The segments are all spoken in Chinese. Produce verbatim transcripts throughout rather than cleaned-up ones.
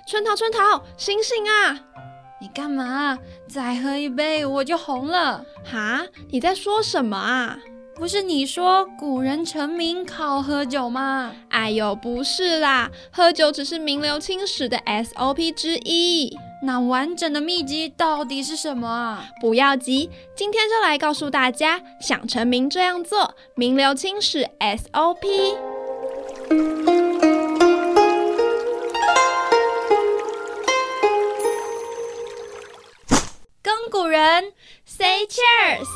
春桃春桃，醒醒啊！ 你干嘛？再喝一杯我就红了。 哈？你在说什么啊？ 不是你说古人成名靠喝酒吗？ 哎呦，不是啦，喝酒只是名留青史的 S O P 之一。 那完整的秘籍到底是什么啊？ 不要急，今天就来告诉大家，想成名这样做，名留青史 S O P。 跟古人 say cheers。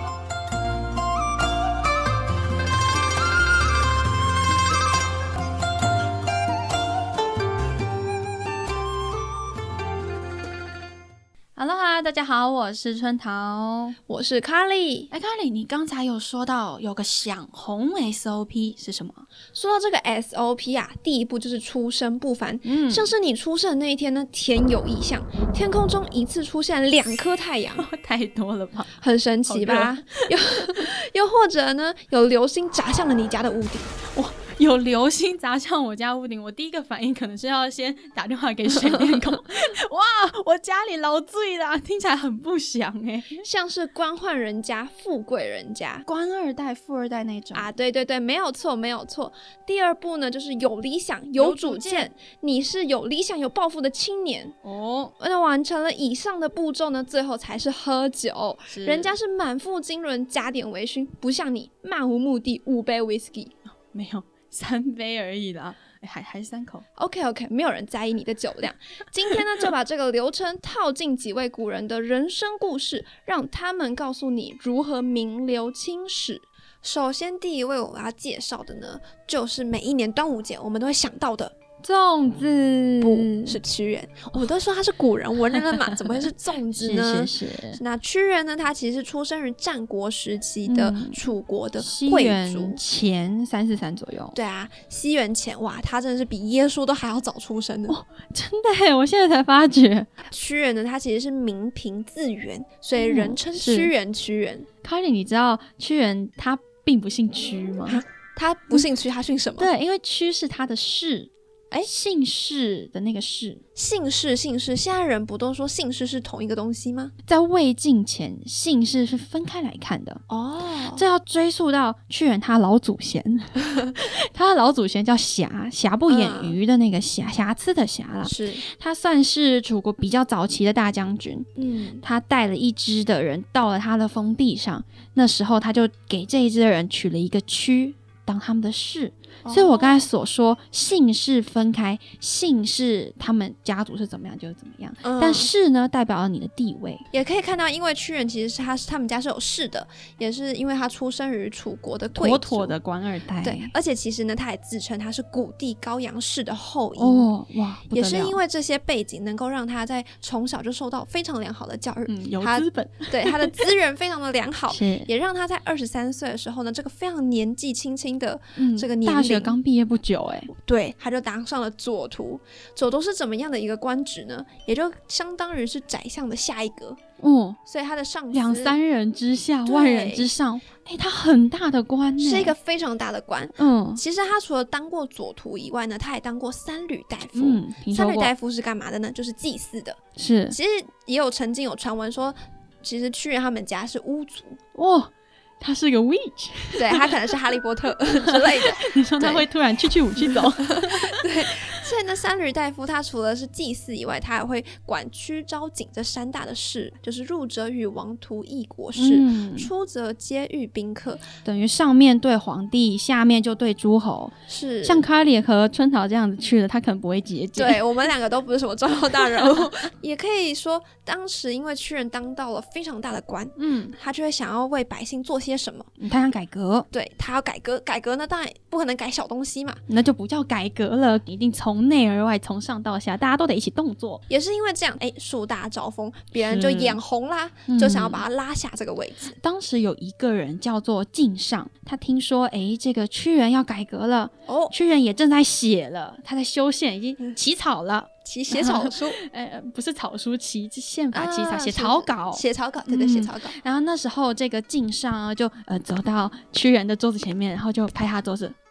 哈喽哈，大家好，我是春桃， 我是 Carly。 哎 ，Carly， 你刚才有说到有个想红 S O P 是什么？ 说到这个 S O P 啊，第一步就是出生不凡。 嗯， 像是你出生的那一天呢，天有异象，天空中一次出现两颗太阳， 太多了吧？ 很神奇吧？又又或者呢，有流星砸向了你家的屋顶。 哇！有流星砸向我家屋顶，我第一个反应可能是要先打电话给水电工。哇，我家里老醉啦，听起来很不祥哎、欸。 像是官宦人家、富贵人家、 官二代、富二代那种啊，对对对，没有错，没有错。第二步呢，就是有理想、有主见，有主见你是有理想、有抱负的青年哦。那完成了以上的步骤呢，最后才是喝酒。人家是满腹经纶，加点微醺，不像你漫无目的五杯 whisky，、 哦、没有。三杯而已啦，还还是三口。 OK OK， 没有人在意你的酒量。今天呢，就把这个流程套进几位古人的人生故事，让他们告诉你如何名留青史。首先，第一位我要介绍的呢，就是每一年端午节我们都会想到的。 粽子不是屈原，我们都说他是古人文人了嘛，怎么会是粽子呢？ 是是是。 那屈原呢？他其实是出生于战国时期的楚国的贵族， 西元前三四三左右。 对啊，西元前，哇，他真的是比耶稣都还要早出生的。 哦，真的耶，我现在才发觉。 屈原呢，他其实是名平字原，所以人称屈原。屈原 ，Carly， 你知道屈原他并不姓屈吗？ 他不姓屈，他姓什么？ 对，因为屈是他的氏。哎，姓氏的那个氏， 姓氏姓氏，现在人不都说姓氏是同一个东西吗？ 在魏晋前，姓氏是分开来看的哦。 这要追溯到屈原他老祖先，他的老祖先叫瑕，瑕不掩瑜的那个瑕，瑕疵的瑕啦。 是， 他算是楚国比较早期的大将军。 嗯， 他带了一支的人到了他的封地上，那时候他就给这一支的人取了一个屈当他们的氏。所以我刚才所说姓氏分开，姓氏他们家族是怎么样就是怎么样、嗯、但氏呢代表了你的地位。 也可以看到因为屈原其实是他他们家是有氏的，也是因为他出生于楚国的贵族， 妥妥的官二代。 对，而且其实呢他也自称他是古帝高阳氏的后裔。 哦，哇， 也是因为这些背景能够让他在从小就受到非常良好的教育、 嗯、有资本， 对，他的资源非常的良好是也让他在二十三岁的时候呢，这个非常年纪轻轻的这个年龄、 嗯、大学刚毕业不久哎， 对，他就当上了左徒。左徒是怎么样的一个官职呢？也就相当于是宰相的下一格。嗯，所以他的上司两三人之下，万人之上，哎，他很大的官呢， 是一个非常大的官。 嗯， 其实他除了当过左徒以外呢，他也当过三闾大夫。 嗯， 三闾大夫是干嘛的呢？就是祭祀的。 是， 其实也有曾经有传闻说，其实屈原他们家是巫族。 哇。他是个 witch， 对，他可能是哈利波特之类的。 你说他会突然去去武器走？ 对，所以呢，三闾大夫他除了是祭祀以外，他还会管曲昭景这三大的事，就是入则与王图议国事，嗯、出则接遇宾客， 等于上面对皇帝，下面就对诸侯。 是， 像卡里和春桃这样子去了，他可能不会节俭。 对，我们两个都不是什么重要大人物，也可以说，当时因为屈原当到了非常大的官，嗯，他就会想要为百姓做些什么？ 他想改革， 对，他要改革，改革呢，当然不可能改小东西嘛， 那就不叫改革了，一定从内而外，从上到下，大家都得一起动作。 也是因为这样，哎，树大招风，别人就眼红啦，就想要把他拉下这个位置。 当时有一个人叫做靳尚，他听说，哎，这个屈原要改革了，哦，屈原也正在写了，他在修宪，已经起草了。 起写草书， 呃，不是草书，起宪法起草，啊、写草稿， 写草稿，对对，写草稿。 然后那时候这个靳尚就呃走到屈原的桌子前面，然后就拍他桌子，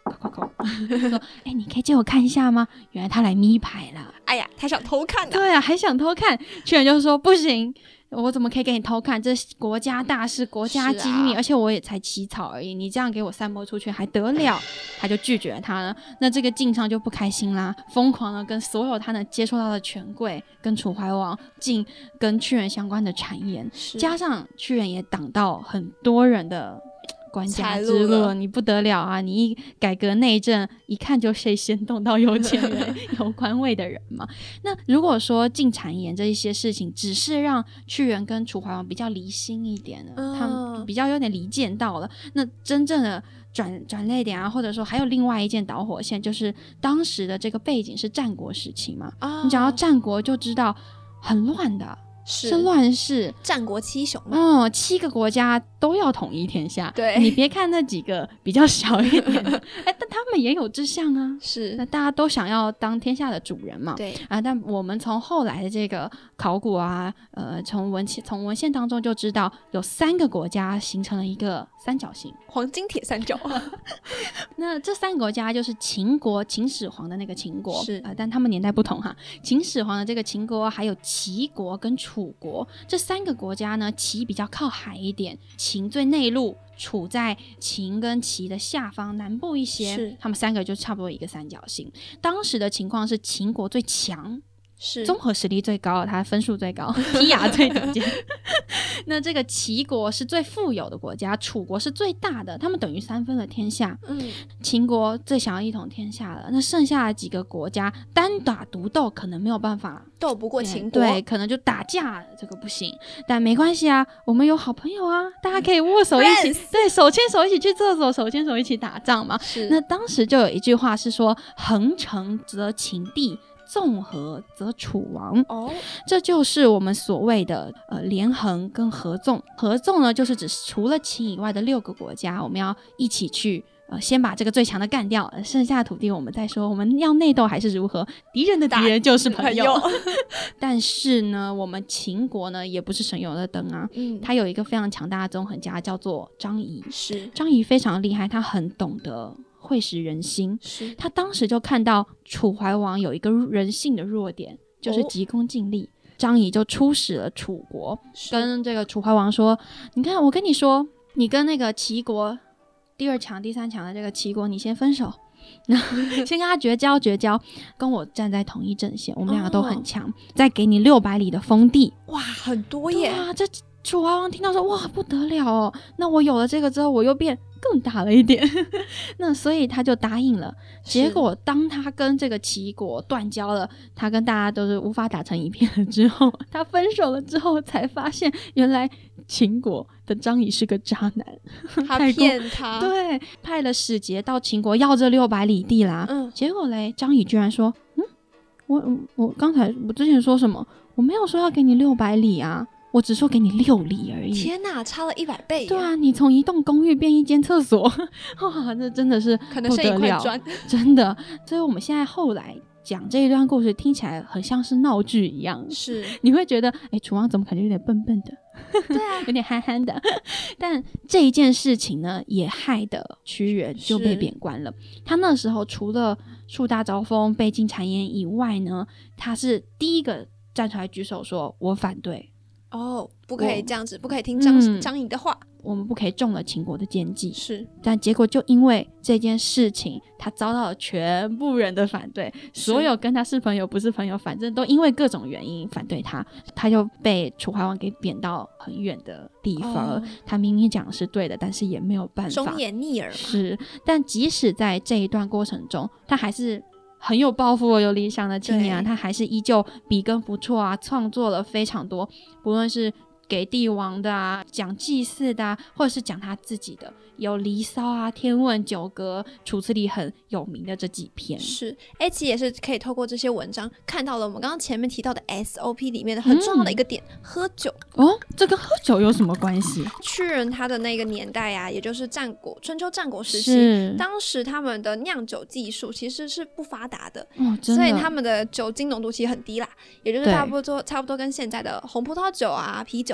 快快说哎、欸，你可以借我看一下吗？原来他来咪牌了。 哎呀，他想偷看的、啊。 对啊，还想偷看。屈原就说不行，我怎么可以给你偷看？这国家大事，国家机密、啊、而且我也才起草而已，你这样给我散播出去还得了？他就拒绝他了。那这个晋商就不开心啦，疯狂的跟所有他能接触到的权贵跟楚怀王进跟屈原相关的谗言，加上屈原也挡到很多人的官家之路，你不得了啊！你一改革内政，一看就谁先动到有钱人有官位的人嘛。那如果说进谗言这一些事情只是让屈原跟楚怀王比较离心一点的、嗯、他们比较有点离间到了，那真正的转转捩点啊，或者说还有另外一件导火线，就是当时的这个背景是战国时期嘛、哦、你讲到战国就知道很乱的，是, 是乱世， 战国七雄嘛， 嗯，七个国家都要统一天下。 对， 你别看那几个比较小一点的，哎，但他们也有志向啊。 是， 那大家都想要当天下的主人嘛。 对啊，但我们从后来的这个考古啊，呃，从文献从文献当中就知道，有三个国家形成了一个三角形， 黄金铁三角。 那这三个国家就是秦国，秦始皇的那个秦国， 是啊、呃，但他们年代不同哈。秦始皇的这个秦国，还有齐国跟楚国这三个国家呢，齐比较靠海一点，秦最内陆，处在秦跟齐的下方南部一些， 是他们三个就差不多一个三角形。当时的情况是秦国最强， 是综合实力最高，他分数最高，P R 最顶尖。那这个齐国是最富有的国家，楚国是最大的，他们等于三分了天下。 嗯， 秦国最想要一统天下了，那剩下的几个国家单打独斗可能没有办法斗不过秦国， 对，可能就打架这个不行，但没关系啊，我们有好朋友啊，大家可以握手一起，对，手牵手一起去厕所，手牵手一起打仗嘛。 是， 那当时就有一句话是说，横城则秦地，纵合则楚王。 哦， 这就是我们所谓的呃连横跟合纵。合纵呢，就是指除了秦以外的六个国家，我们要一起去呃先把这个最强的干掉，剩下的土地我们再说。我们要内斗还是如何？敌人的敌人就是朋友。但是呢，我们秦国呢也不是省油的灯啊，嗯，他有一个非常强大的纵横家，叫做张仪。 是， 张仪非常厉害，他很懂得会识人心， 是他当时就看到楚怀王有一个人性的弱点，就是急功近利。哦，张仪就出使了楚国，跟这个楚怀王说，你看我跟你说，你跟那个齐国第二强第三强的这个齐国你先分手，先跟他绝交绝交，跟我站在同一阵线，我们两个都很强，哦，再给你六百里的封地。 哇，很多耶。 哇，这楚怀王听到说，哇，不得了哦，那我有了这个之后我又变更大了一点。那所以他就答应了。结果当他跟这个齐国断交了，他跟大家都是无法打成一片了之后，他分手了之后才发现原来秦国的张仪是个渣男， 他骗他。 对，派了使节到秦国要这六百里地啦。嗯，结果嘞，张仪居然说，嗯，我我刚才我之前说什么？我没有说要给你六百里啊，我只说给你六里而已。 天哪，差了一百倍。 对啊，你从一栋公寓变一间厕所，哇，这真的是不得了， 可能是一块砖， 真的。所以我们现在后来讲这一段故事，听起来很像是闹剧一样， 是你会觉得，哎，楚王怎么感觉有点笨笨的？ 对啊， 有点憨憨的。但这一件事情呢，也害得屈原就被贬官了。他那时候除了树大招风、被进谗言以外呢，他是第一个站出来举手说，我反对。 哦，不可以这样子，不可以听张、嗯、张仪的话， 我们不可以中了秦国的奸计。 是， 但结果就因为这件事情，他遭到了全部人的反对，所有跟他是朋友不是朋友，反正都因为各种原因反对他，他就被楚怀王给贬到很远的地方、哦、他明明讲的是对的，但是也没有办法， 忠言逆耳嘛。 是，但即使在这一段过程中，他还是很有抱负、有理想的青年、啊、他还是依旧笔耕不辍啊，创作了非常多，不论是给帝王的啊，讲祭祀的啊，或者是讲他自己的，有离骚啊、天问、九歌、楚辞里很有名的这几篇。 是，哎，其实也是可以透过这些文章看到了我们刚刚前面提到的 S O P 里面的很重要的一个点、嗯、喝酒。 哦，这跟喝酒有什么关系？ 屈原他的那个年代啊，也就是战国春秋战国时期，当时他们的酿酒技术其实是不发达的、哦、真的，所以他们的酒精浓度其实很低啦，也就是差不多差不多跟现在的红葡萄酒啊、啤酒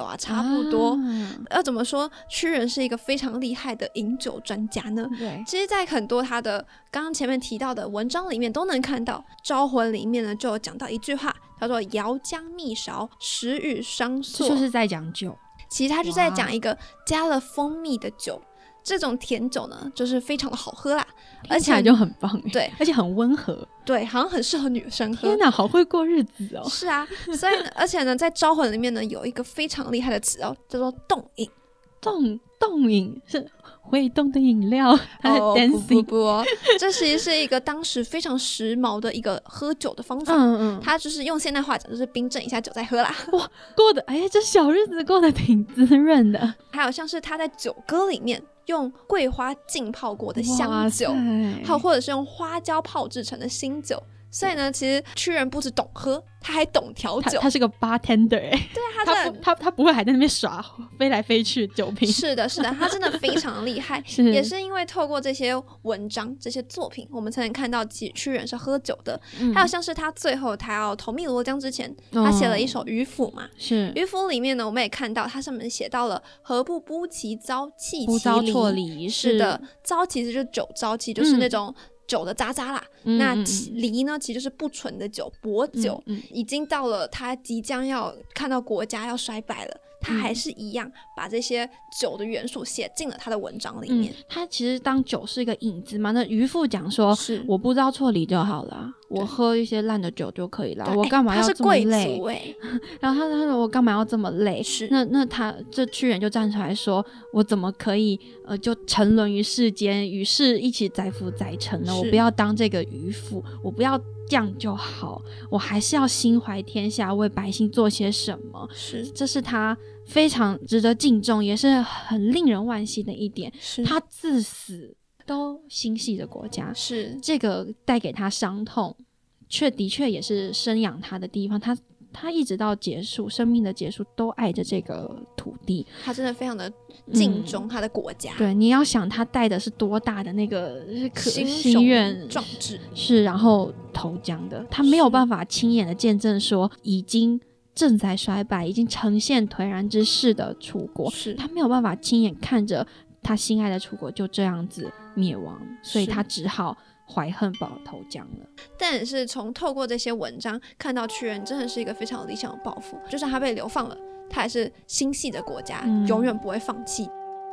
啊差不多。 啊、 要怎么说屈原是一个非常厉害的饮酒专家呢？ 对， 其实在很多他的刚刚前面提到的文章里面都能看到，招魂里面呢就有讲到一句话叫做姚姜蜜勺，食与商爍， 这就是在讲酒。 其实他就在讲一个加了蜂蜜的酒，这种甜酒呢就是非常的好喝啦， 而且就很棒， 对， 而且很温和， 对，好像很适合女生喝。 天哪，好会过日子哦。 是啊，所以而且呢在招魂里面呢有一个非常厉害的词哦，叫做动饮。 动动饮是会动的饮料， 哦，不不不哦，这其实是一个当时非常时髦的一个喝酒的方法。嗯嗯，它就是用现代话讲，就是冰镇一下酒再喝啦。哇， 过得哎，这小日子过得挺滋润的。 还有像是他在酒歌里面用桂花浸泡过的香酒，还有或者是用花椒泡制成的新酒。所以呢，其实屈原不只懂喝，他还懂调酒。 他, 他是个 bartender 哎、欸， 对啊，他他不他他不会还在那边耍飞来飞去酒瓶。 是的，是的，他真的非常厉害。是也是因为透过这些文章、这些作品，我们才能看到其实屈原是喝酒的。嗯、还有像是他最后他要投汨罗江之前，他写了一首渔府嘛。 是渔府里面呢，我们也看到他上面写到了“何不不其糟，弃其错离”。是的，糟其实就是酒糟，其实就是那种。嗯酒的渣渣啦，嗯、那梨呢，其实就是不纯的酒，薄酒、嗯嗯，已经到了他即将要看到国家要衰败了，他还是一样把这些酒的元素写进了他的文章里面。 嗯、他其实当酒是一个引子嘛，那渔父讲说，是我不知道错离就好了，我喝一些烂的酒就可以了，我干嘛要这么累？欸、他是贵族欸、然后他他说我干嘛要这么累？是那那他这屈原就站出来说，我怎么可以呃就沉沦于世间，与世一起载浮载沉呢？我不要当这个渔夫，我不要这样就好，我还是要心怀天下，为百姓做些什么。是，这是他非常值得敬重，也是很令人惋惜的一点。是，他至死都心系着国家，是这个带给他伤痛，却的确也是生养他的地方。他他一直到结束生命的结束，都爱着这个土地。 他真的非常的敬重他的国家。 嗯、对，你要想他带的是多大的那个心愿壮志， 是然后投江的，他没有办法亲眼的见证说已经正在衰败，已经呈现颓然之势的楚国，是他没有办法亲眼看着他心爱的楚国就这样子灭亡，所以他只好怀恨报投江了。 但也是从透过这些文章看到屈原真的是一个非常有理想的抱负，就算他被流放了，他还是心系着国家、嗯、永远不会放弃。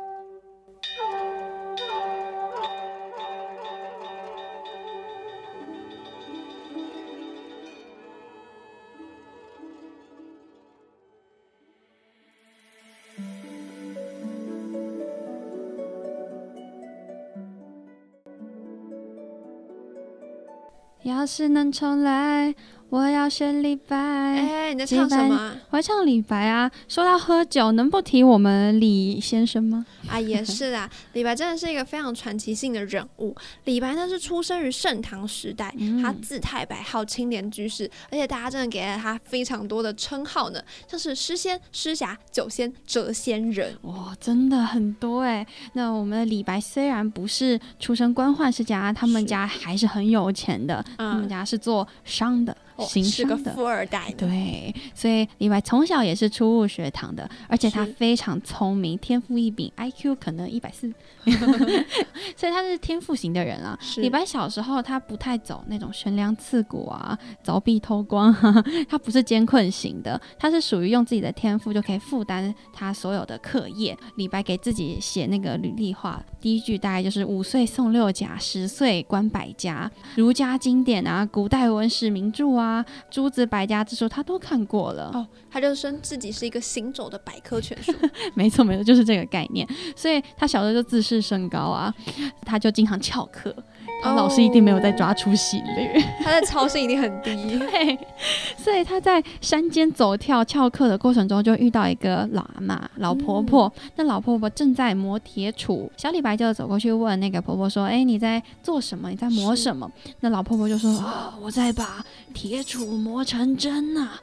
要是能重来，我要选李白。 哎、欸，你在唱什么？ 我在唱李白啊。说到喝酒，能不提我们李先生吗？ 啊，也是啊，李白真的是一个非常传奇性的人物。李白呢是出生于盛唐时代，嗯、他字太白，号青莲居士，而且大家真的给了他非常多的称号呢，像是诗仙、诗侠、酒仙、谪仙人。 哇，真的很多哎。那我们的李白虽然不是出身官宦世家，他们家还是很有钱的，嗯、他们家是做商的。 行商的、哦、是个富二代的。 对，所以李白从小也是出入学堂的，而且他非常聪明，天赋异禀 ，I Q 可能一百四，所以他是天赋型的人啊。李白小时候他不太走那种悬梁刺股啊、凿壁偷光啊，他不是艰困型的，他是属于用自己的天赋就可以负担他所有的课业。李白给自己写那个履历话，第一句大概就是五岁诵六甲，十岁观百家，儒家经典啊、古代文史名著啊。诸子百家之书他都看过了哦，他就说自己是一个行走的百科全书。 没错没错，就是这个概念。所以他小时候就自视甚高啊，他就经常翘课，他老师一定没有在抓出席率， 他的操性一定很低。 对，所以他在山间走跳翘课的过程中，就遇到一个老阿嬷、老婆婆、嗯。那老婆婆正在磨铁杵，小李白就走过去问那个婆婆说：“哎，你在做什么？你在磨什么？”那老婆婆就说：“啊、哦，我在把铁杵磨成针啊。”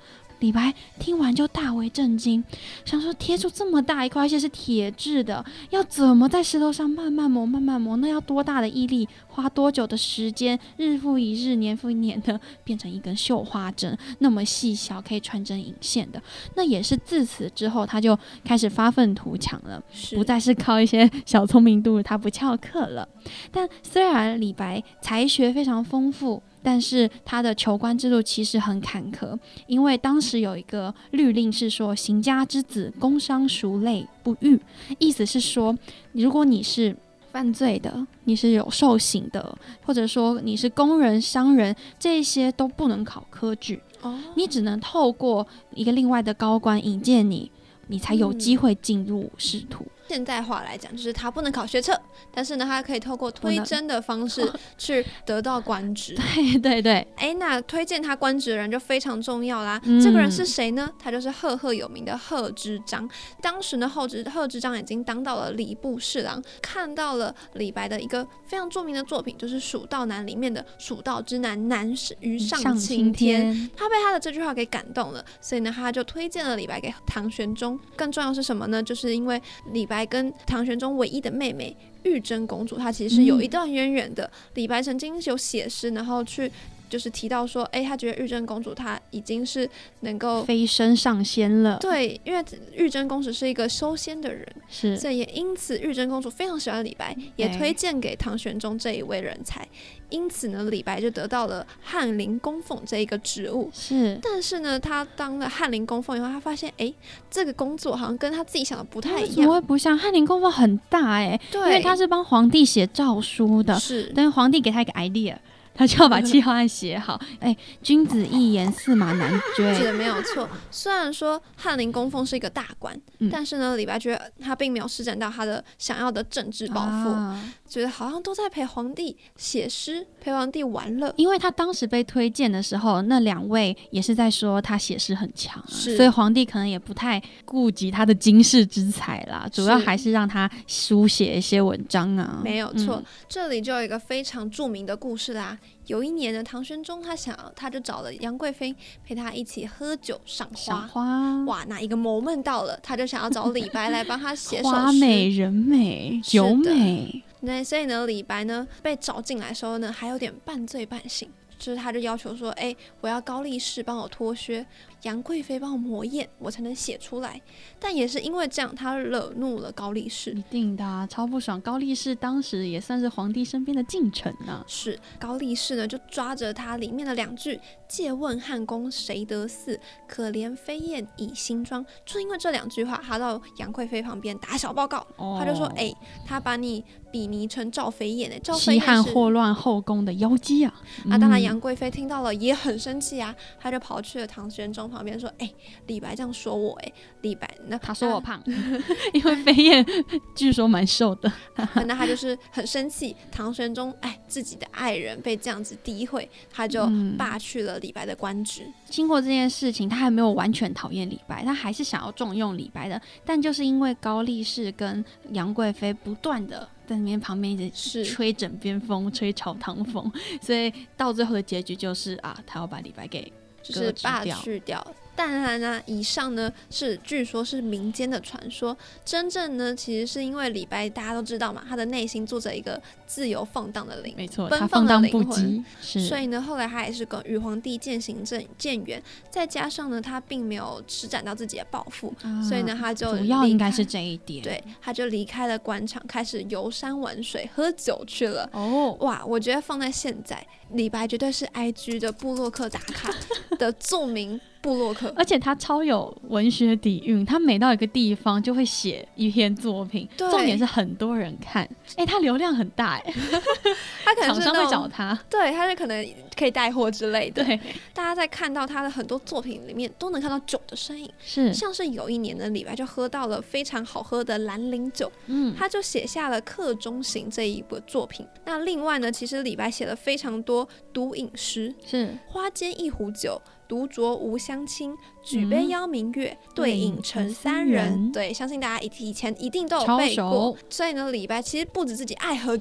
李白听完就大为震惊，想说贴出这么大一块，而且是铁质的，要怎么在石头上慢慢磨慢慢磨，那要多大的毅力，花多久的时间，日复一日年复一年的变成一根绣花针，那么细小，可以穿针引线的。那也是自此之后他就开始发愤图强了，不再是靠一些小聪明度他不翘课了。但虽然李白才学非常丰富，但是他的求官之路其实很坎坷，因为当时有一个律令是说行家之子工商熟类不遇，意思是说如果你是犯罪的，你是有受刑的，或者说你是工人商人，这些都不能考科举、哦、你只能透过一个另外的高官引荐你，你才有机会进入仕途、嗯现代化来讲，就是他不能考学测，但是呢，他可以透过推甄的方式去得到官职。 对对对， 哎，那推荐他官职的人就非常重要啦。嗯、这个人是谁呢？他就是赫赫有名的贺知章。当时呢，贺知贺知章已经当到了礼部侍郎，看到了李白的一个非常著名的作品，就是《蜀道难》里面的“蜀道之难，难于上青天”。他被他的这句话给感动了，所以呢，他就推荐了李白给唐玄宗。更重要是什么呢？就是因为李白跟唐玄宗唯一的妹妹玉真公主，她其实是有一段渊源的、嗯、李白曾经有写诗，然后去就是提到说，哎，他觉得玉真公主她已经是能够飞升上仙了。 对，因为玉真公主是一个修仙的人， 是， 所以也因此玉真公主非常喜欢李白，也推荐给唐玄宗这一位人才。因此呢，李白就得到了翰林供奉这一个职务。 是， 但是呢，他当了翰林供奉以后，他发现，哎，这个工作好像跟他自己想的不太一样。怎么会不像？翰林供奉很大哎、欸，对，因为他是帮皇帝写诏书的， 是， 但是皇帝给他一个 idea。他就要把计划案写好。哎，君子一言，驷马难追。 是的，没有错。虽然说翰林供奉是一个大官、嗯，但是呢，李白觉得他并没有施展到他的想要的政治抱负、啊，觉得好像都在陪皇帝写诗，陪皇帝玩乐。 因为他当时被推荐的时候，那两位也是在说他写诗很强、啊， 所以皇帝可能也不太顾及他的经世之才啦，主要还是让他书写一些文章啊。 没有错、嗯，这里就有一个非常著名的故事啦。有一年呢，唐玄宗他想，他就找了杨贵妃陪他一起喝酒赏花。 赏花， 哇，那一个 moment 到了，他就想要找李白来帮他写首诗。 花美人美，酒美。 那所以呢，李白呢被找进来的时候呢，还有点半醉半醒。就是他就要求说，哎、欸，我要高力士帮我脱靴，杨贵妃帮我磨砚，我才能写出来。但也是因为这样，他惹怒了高力士。 一定的、啊，超不爽。高力士当时也算是皇帝身边的近臣呢、啊。 是，高力士呢就抓着他里面的两句“借问汉宫谁得似？可怜飞燕倚新妆”，就因为这两句话，他到杨贵妃旁边打小报告。哦、他就说，哎、欸，他把你比拟成赵飞燕，哎，赵飞燕是西汉祸乱后宫的妖姬啊。 啊，当然杨贵妃听到了也很生气啊，他就跑去了唐玄宗旁边说，哎、欸，李白这样说我、欸，哎，李白那他说我胖，因为飞燕据说蛮瘦的。 那他就是很生气，唐玄宗哎，自己的爱人被这样子诋毁，他就罢去了李白的官职。 嗯、经过这件事情，他还没有完全讨厌李白，他还是想要重用李白的，但就是因为高力士跟杨贵妃不断的在那边旁边一直吹枕边风，吹朝堂风，所以到最后的结局就是啊，他要把李白给就是罢去掉。当然呢，以上呢是据说是民间的传说，真正呢其实是因为李白大家都知道嘛，他的内心住着一个自由放荡的灵魂， 没错， 奔放的灵魂， 所以呢后来他也是跟与皇帝渐行渐远，再加上呢他并没有施展到自己的抱负、啊，所以呢他就主要应该是这一点， 对，他就离开了官场，开始游山玩水喝酒去了。哦，哇，我觉得放在现在，李白绝对是 I G 的部落客打卡的著名部落客， 而且他超有文学底蕴，他每到一个地方就会写一篇作品，重点是很多人看，哎、欸，他流量很大哎， 他可能是厂商会找他， 对，他是可能可以带货之类的， 对， 大家在看到他的很多作品里面都能看到酒的身影， 是， 像是有一年呢，李白就喝到了非常好喝的兰陵酒，嗯，他就写下了《客中行》这一部作品。那另外呢，其实李白写了非常多独饮诗， 是花间一壶酒，独酌无相亲，举杯邀明月，嗯、对影成三人。对，相信大家以前一定都有背过。所以呢，李白其实不止自己爱喝酒，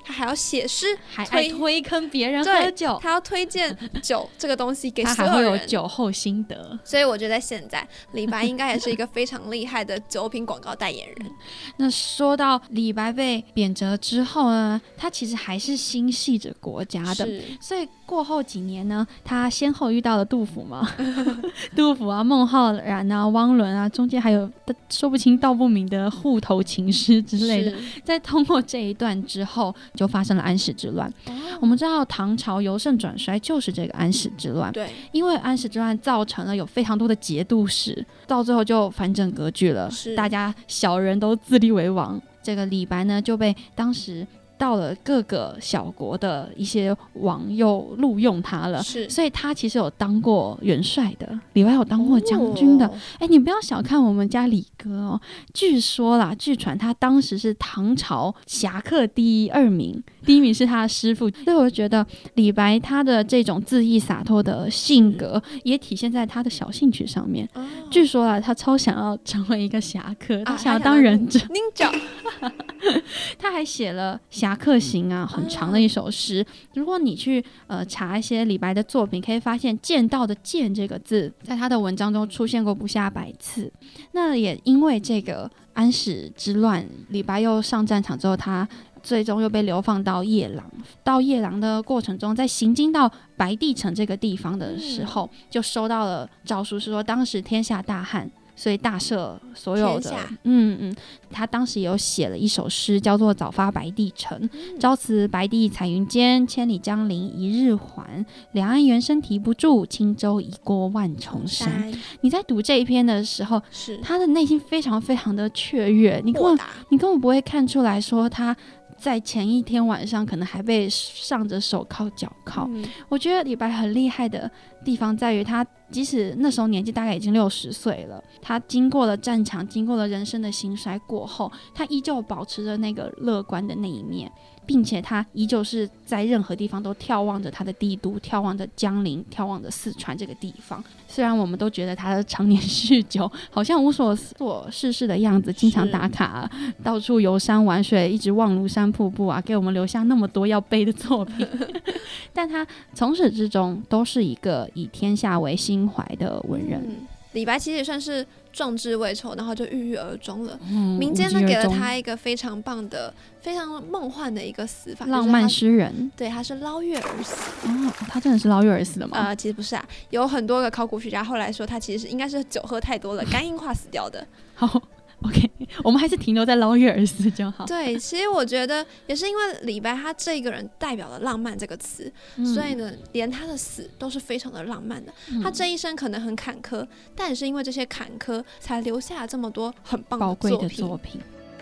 他还要写诗， 还爱推坑别人喝酒， 他要推荐酒这个东西给所有人， 他还会有酒后心得。 所以我觉得现在李白应该也是一个非常厉害的酒品广告代言人。 那说到李白被贬谪之后呢，他其实还是心系着国家的，所以过后几年呢，他先后遇到了杜甫嘛杜甫啊、孟浩然啊、汪伦啊，中间还有说不清道不明的户头情诗之类的。在通过这一段之后，就发生了安史之乱。哦、我们知道唐朝由盛转衰就是这个安史之乱，对，因为安史之乱造成了有非常多的节度使，到最后就反整格局了，大家小人都自立为王。这个李白呢，就被当时到了各个小国的一些王又录用他了，是，所以他其实有当过元帅的，李白有当过将军的。哎、哦，你不要小看我们家李哥哦，据说啦，据传他当时是唐朝侠客第一二名，第一名是他的师父。所以我觉得李白他的这种恣意洒脱的性格，也体现在他的小兴趣上面。哦、据说啦，他超想要成为一个侠客，他想要当忍者。 Ninja 他还写了《侠客行》啊，很长的一首诗。如果你去呃查一些李白的作品，可以发现剑道的剑这个字在他的文章中出现过不下百次。那也因为这个安史之乱，李白又上战场之后，他最终又被流放到夜郎。到夜郎的过程中，在行经到白帝城这个地方的时候，嗯、就收到了诏书，是说当时天下大旱，所以大赦所有的，嗯嗯，他当时也有写了一首诗，叫做《早发白帝城》，嗯、朝辞白帝彩云间，千里江陵一日还。两岸猿声啼不住，轻舟已过万重山。你在读这一篇的时候，是他的内心非常非常的雀跃，你根本你根本不会看出来说他在前一天晚上可能还被上着手铐脚铐。嗯、我觉得李白很厉害的地方在于，他即使那时候年纪大概已经六十岁了，他经过了战场，经过了人生的兴衰过后，他依旧保持着那个乐观的那一面，并且他依旧是在任何地方都眺望着他的帝都，眺望着江陵，眺望着四川这个地方。虽然我们都觉得他常年酗酒，好像无所所事事的样子，经常打卡、啊、到处游山玩水，一直望庐山瀑布啊，给我们留下那么多要背的作品但他从始至终都是一个以天下为心怀的文人。嗯， 李白其实也算是壮志未酬，然后就郁郁而终了。嗯、民间呢给了他一个非常棒的、非常梦幻的一个死法， 浪漫诗人。 对，他是捞月而死。 哦，他真的是捞月而死的吗？ 呃，其实不是啊，有很多个考古学家后来说他其实应该是酒喝太多了，肝硬化死掉的。 好。OK， 我们还是停留在捞月而死就好。 对，其实我觉得也是因为李白他这个人代表了浪漫这个词、嗯、所以呢连他的死都是非常的浪漫的、嗯、他这一生可能很坎坷，但也是因为这些坎坷才留下了这么多很棒的作品，宝贵的作品。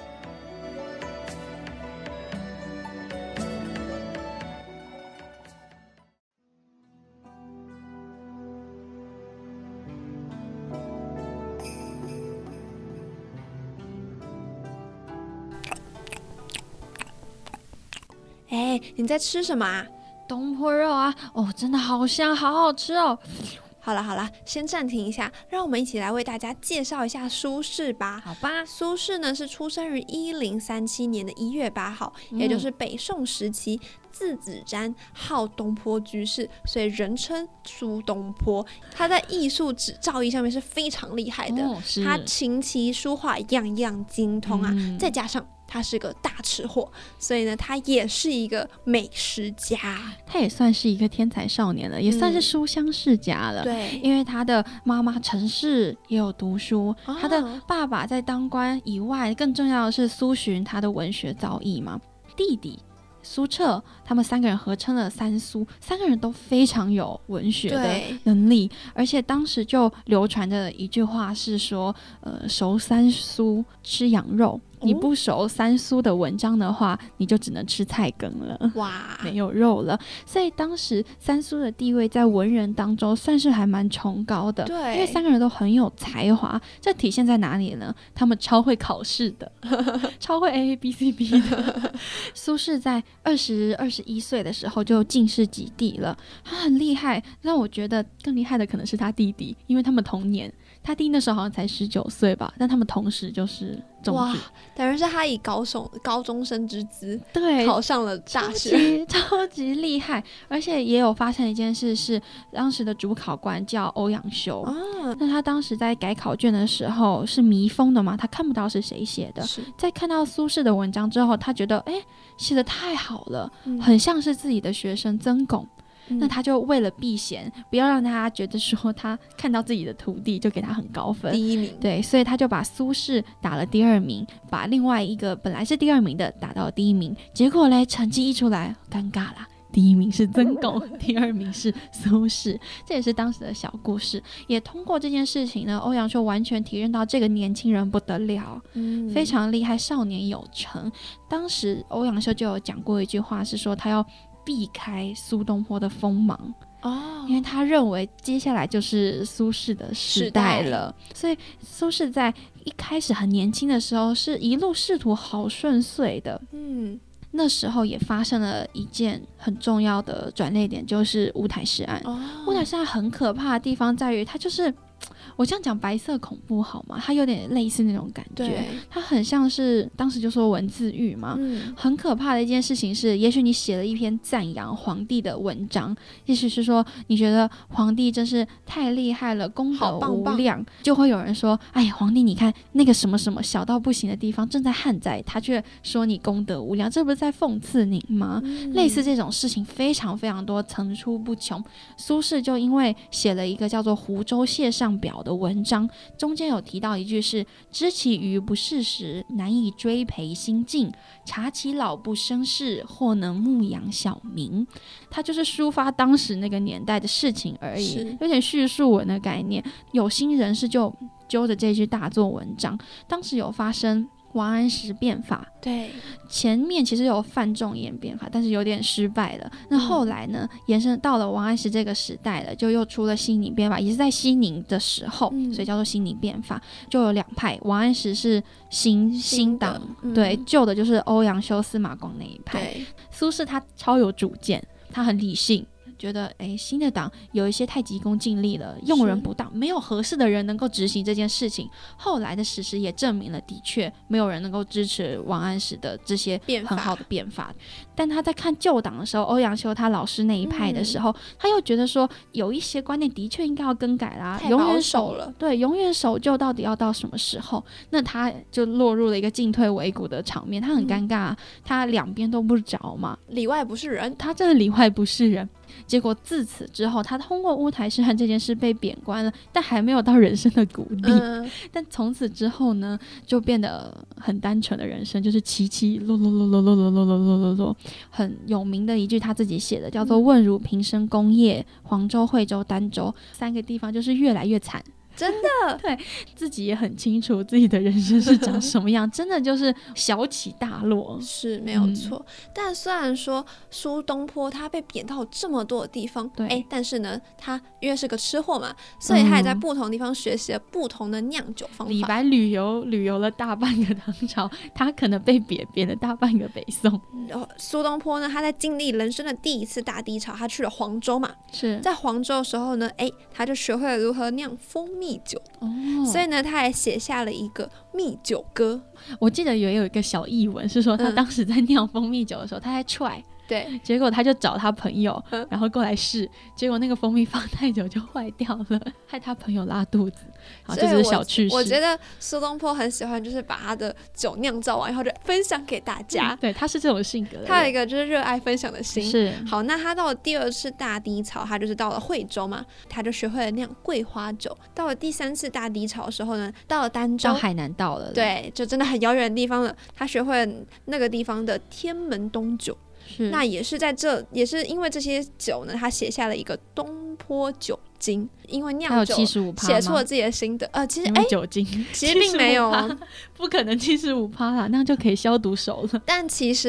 哎，你在吃什么啊？ 东坡肉啊！哦，真的好香，好好吃哦。 好了好了，先暂停一下，让我们一起来为大家介绍一下苏轼吧。 好吧。 苏轼呢是出生于一零三七年的一月八号、嗯，也就是北宋时期，字子瞻，号东坡居士，所以人称苏东坡。他在艺术指造诣上面是非常厉害的，哦、他琴棋书画样样精通啊，嗯、再加上他是个大吃货，所以呢他也是一个美食家， 他也算是一个天才少年了，也算是书香世家了、嗯、对，因为他的妈妈陈氏也有读书、哦、他的爸爸在当官以外，更重要的是苏洵他的文学造诣嘛，弟弟苏辙，他们三个人合称了三苏，三个人都非常有文学的能力，而且当时就流传的一句话是说，呃，熟三苏吃羊肉，你不熟三苏的文章的话，你就只能吃菜羹了，哇，没有肉了。所以当时三苏的地位在文人当中算是还蛮崇高的，对，因为三个人都很有才华。这体现在哪里呢？他们超会考试的超会 A A B C B 的苏轼在二十二十一岁的时候就进士及第了，他很厉害。让我觉得更厉害的可能是他弟弟，因为他们同年，他弟那时候好像才十九岁吧，但他们同时就是中举。 等于是他以高中高中生之资对考上了大学，超级超级厉害。而且也有发生一件事，是当时的主考官叫欧阳修，啊、那他当时在改考卷的时候是密封的嘛，他看不到是谁写的。在看到苏轼的文章之后，他觉得哎，写得太好了、嗯，很像是自己的学生曾巩。那他就为了避嫌，不要让他觉得说他看到自己的徒弟就给他很高分， 第一名。 对，所以他就把苏轼打了第二名，把另外一个本来是第二名的打到了第一名。结果嘞，成绩一出来，尴尬啦，第一名是曾巩，第二名是苏轼。这也是当时的小故事。也通过这件事情呢，欧阳修完全体认到这个年轻人不得了，嗯、非常厉害，少年有成。当时欧阳修就有讲过一句话，是说他要避开苏东坡的锋芒、哦、因为他认为接下来就是苏轼的时代了，所以苏轼在一开始很年轻的时候是一路仕途好顺遂的。嗯，那时候也发生了一件很重要的转捩点，就是乌台诗案、哦、乌台诗案很可怕的地方在于它就是我这样讲白色恐怖好吗？它有点类似那种感觉，它很像是当时就说文字狱嘛、嗯、很可怕的一件事情是，也许你写了一篇赞扬皇帝的文章，意思是说你觉得皇帝真是太厉害了，功德无量，棒棒，就会有人说哎呀，皇帝你看那个什么什么小到不行的地方正在旱灾，他却说你功德无量，这不是在讽刺您吗、嗯、类似这种事情非常非常多，层出不穷。苏轼就因为写了一个叫做湖州谢上表的文章，中间有提到一句是知其余不适时，难以追培心境，察其老不生事，或能牧养小民。他就是抒发当时那个年代的事情而已，有点叙述文的概念。有心人士就揪着这句大做文章。当时有发生王安石变法，对，前面其实有范仲淹变法，但是有点失败了。那后来呢、嗯、延伸到了王安石这个时代了，就又出了西宁变法，也是在西宁的时候、嗯、所以叫做西宁变法。就有两派，王安石是新新党、嗯、对，旧的就是欧阳修司马光那一派。苏轼他超有主见，他很理性，觉得哎，新的党有一些太急功近利了，用人不当，没有合适的人能够执行这件事情。后来的事实也证明了，的确没有人能够支持王安石的这些很好的变法。但他在看旧党的时候，欧阳修他老师那一派的时候、嗯、他又觉得说有一些观念的确应该要更改啦， 太保守了， 对，永远守旧到底要到什么时候？那他就落入了一个进退维谷的场面，他很尴尬、啊嗯、他两边都不着嘛， 里外不是人， 他真的里外不是人。结果自此之后，他通过乌台诗案这件事被贬官了，但还没有到人生的谷底、嗯、但从此之后呢，就变得很单纯的人生，就是起起落落落落落落落落落落落。很有名的一句他自己写的，叫做问汝平生功业，黄州、惠州、儋州三个地方就是越来越惨， 真的对自己也很清楚自己的人生是长什么样真的就是小起大落， 是没有错、嗯、但虽然说苏东坡他被贬到这么多的地方，对，但是呢他因为是个吃货嘛，所以他也在不同地方学习了不同的酿酒方法。 李白旅游旅游了大半个唐朝，他可能被贬贬了大半个北宋。 苏东坡呢，他在经历人生的第一次大低潮，他去了黄州嘛，是在黄州的时候呢，哎，他就学会了如何酿蜂蜜酒、哦、所以呢他还写下了一个蜜酒歌。 我记得也有一个小译文是说他当时在酿蜂蜜酒的时候、嗯、他在踹， 对， 结果他就找他朋友、嗯、然后过来试，结果那个蜂蜜放太久就坏掉了，害他朋友拉肚子。好，这是小趣事。 我觉得苏东坡很喜欢就是把他的酒酿造完以后就分享给大家、 嗯、对，他是这种性格的， 他有一个就是热爱分享的心。 是， 好，那他到了第二次大低潮，他就是到了惠州嘛，他就学会了酿桂花酒。到了第三次大低潮的时候呢，到了儋州， 到海南岛了， 对，就真的很遥远的地方了，他学会了那个地方的天门冬酒。是，那也是在这也是因为这些酒呢，他写下了一个东坡酒经，因为酿酒写出了自己的心得。呃，其实哎， 酒精其实并没有， 不可能七十五趴啦，那样就可以消毒手了。 但其实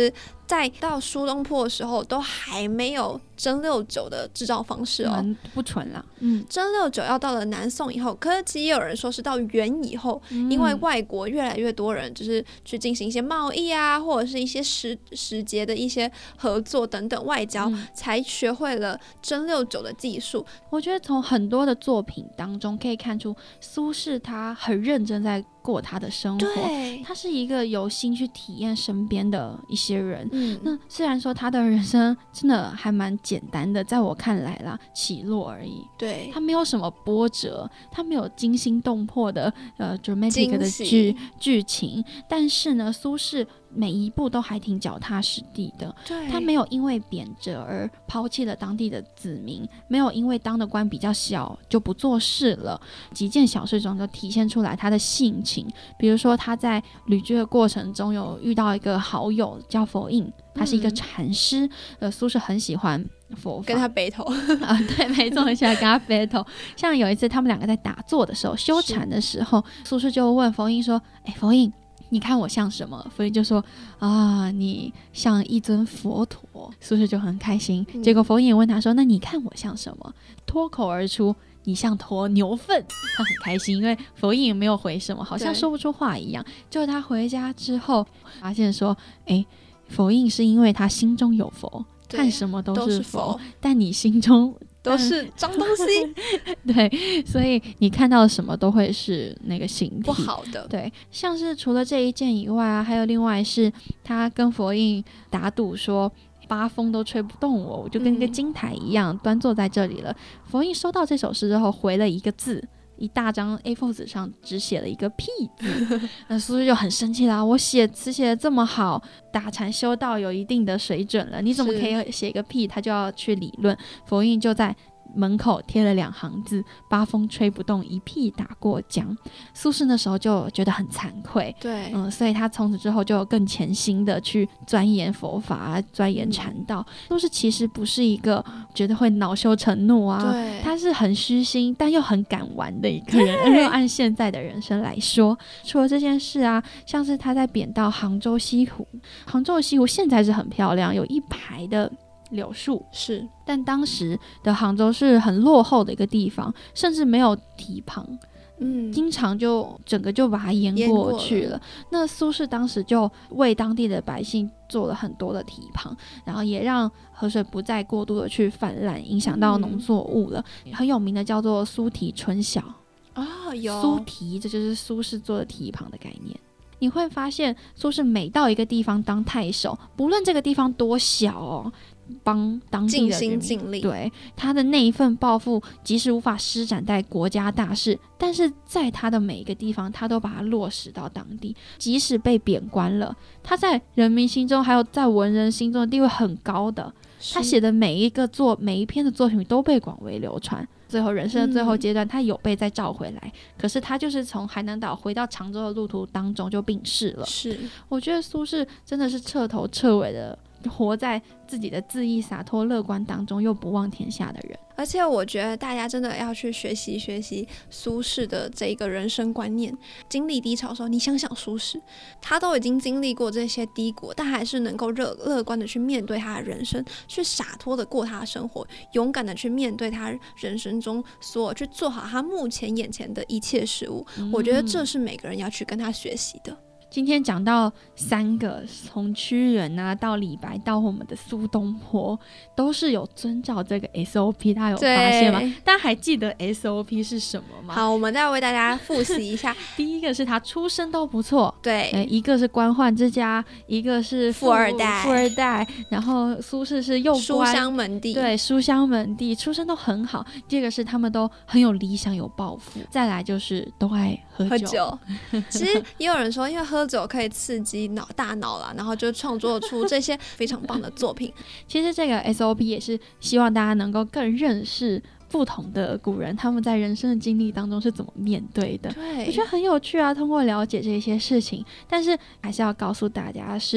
在到苏东坡的时候都还没有蒸馏酒的制造方式哦， 蛮不纯啦。嗯， 蒸馏酒要到了南宋以后，可是其实也有人说是到元以后、嗯、因为外国越来越多人就是去进行一些贸易啊，或者是一些时时节的一些合作等等外交、嗯、才学会了蒸馏酒的技术。 我觉得从很多的作品当中可以看出苏轼他很认真在过他的生活，他是一个有心去体验身边的一些人、嗯、那虽然说他的人生真的还蛮简单的，在我看来啦，起落而已， 对， 他没有什么波折，他没有惊心动魄的呃 dramatic 的剧剧情，但是呢苏轼每一步都还挺脚踏实地的， 对， 他没有因为贬谪而抛弃了当地的子民，没有因为当的官比较小就不做事了，几件小事中就体现出来他的性情。比如说他在旅居的过程中有遇到一个好友叫佛印，他是一个禅师、嗯、呃，苏轼很喜欢佛法， 跟他 battle 啊，对，没错，很喜欢跟他 battle 像有一次他们两个在打坐的时候修禅的时候，苏轼就问佛印说，哎，佛印你看我像什么？佛印就说啊，你像一尊佛陀。苏轼就很开心、嗯、结果佛印也问他说，那你看我像什么？脱口而出，你像坨牛粪。他很开心，因为佛印也没有回什么，好像说不出话一样。就他回家之后发现说，哎，佛印是因为他心中有佛，看什么都是 佛, 都是佛，但你心中都是脏东西对，所以你看到什么都会是那个形体不好的。 对，像是除了这一件以外啊，还有另外是他跟佛印打赌说，八风都吹不动我，我就跟一个金台一样、嗯、端坐在这里了。佛印收到这首诗之后回了一个字，一大张 A 四 纸上只写了一个屁字那苏轼就很生气啦，我写词写得这么好，打禅修道有一定的水准了，你怎么可以写一个屁？他就要去理论。佛印就在门口贴了两行字，八风吹不动，一屁打过江。苏轼那时候就觉得很惭愧， 对， 嗯，所以他从此之后就更潜心的去钻研佛法，钻研禅道。苏轼其实不是一个觉得会恼羞成怒啊， 对， 他是很虚心但又很敢玩的一个人。如果按现在的人生来说，除了这件事啊，像是他在贬到杭州西湖，杭州的西湖现在是很漂亮，有一排的柳树， 是， 但当时的杭州是很落后的一个地方，甚至没有堤防，嗯，经常就整个就把它淹过去 了, 了那苏轼当时就为当地的百姓做了很多的堤防，然后也让河水不再过度的去泛滥，影响到农作物了、嗯、很有名的叫做苏堤春晓哦，有苏堤，这就是苏轼做的堤防的概念。你会发现苏轼每到一个地方当太守，不论这个地方多小哦，帮当地的人民尽心尽力，对他的那一份抱负，即使无法施展在国家大事，但是在他的每一个地方，他都把它落实到当地。即使被贬官了，他在人民心中还有在文人心中的地位很高的。他写的每一个作每一篇的作品都被广为流传。最后人生的最后阶段、嗯、他有被再召回来，可是他就是从海南岛回到常州的路途当中就病逝了。 是， 我觉得苏轼真的是彻头彻尾的活在自己的恣意洒脱乐观当中，又不忘天下的人。 而且我觉得大家真的要去学习学习苏轼的这个人生观念。经历低潮的时候，你想想苏轼，他都已经经历过这些低谷，但还是能够乐乐观的去面对他的人生，去洒脱的过他的生活，勇敢的去面对他人生中所有，去做好他目前眼前的一切事物、嗯、我觉得这是每个人要去跟他学习的。 今天讲到三个，从屈原啊到李白到我们的苏东坡，都是有遵照这个 S O P， 大家有发现吗？大家还记得 S O P 是什么吗？ 好，我们再为大家复习一下。 第一个是他出身都不错， 对、 呃，一个是官宦之家，一个是 富, 富二代， 富二代，然后苏轼是又书香门第， 对，书香门第，出身都很好。第二个是他们都很有理想，有抱负。再来就是都爱喝酒。 喝酒其实也有人说，因为喝酒可以刺激脑大脑啦，然后就创作出这些非常棒的作品。 其实这个 S O P 也是希望大家能够更认识不同的古人，他们在人生的经历当中是怎么面对的。 对， 我觉得很有趣啊，通过了解这些事情。但是还是要告诉大家是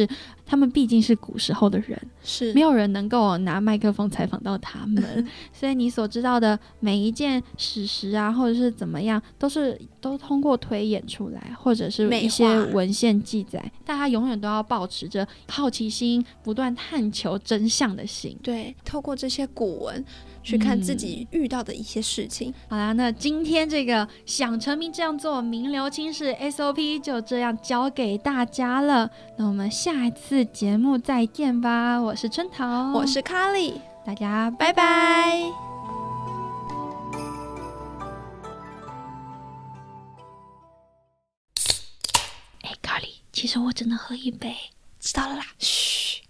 他们毕竟是古时候的人， 是没有人能够拿麦克风采访到他们所以你所知道的每一件史实啊，或者是怎么样，都是都通过推演出来，或者是一些文献记载。大家永远都要保持着好奇心，不断探求真相的心。 对，透过这些古文去看自己遇到的一些事情、嗯、 好啦，那今天这个想成名这样做名留青史 S O P 就这样教给大家了。那我们下一次节目再见吧。我是春桃， 我是卡莉， 大家拜拜。 哎，卡莉，其实我只能喝一杯。 知道了啦，嘘。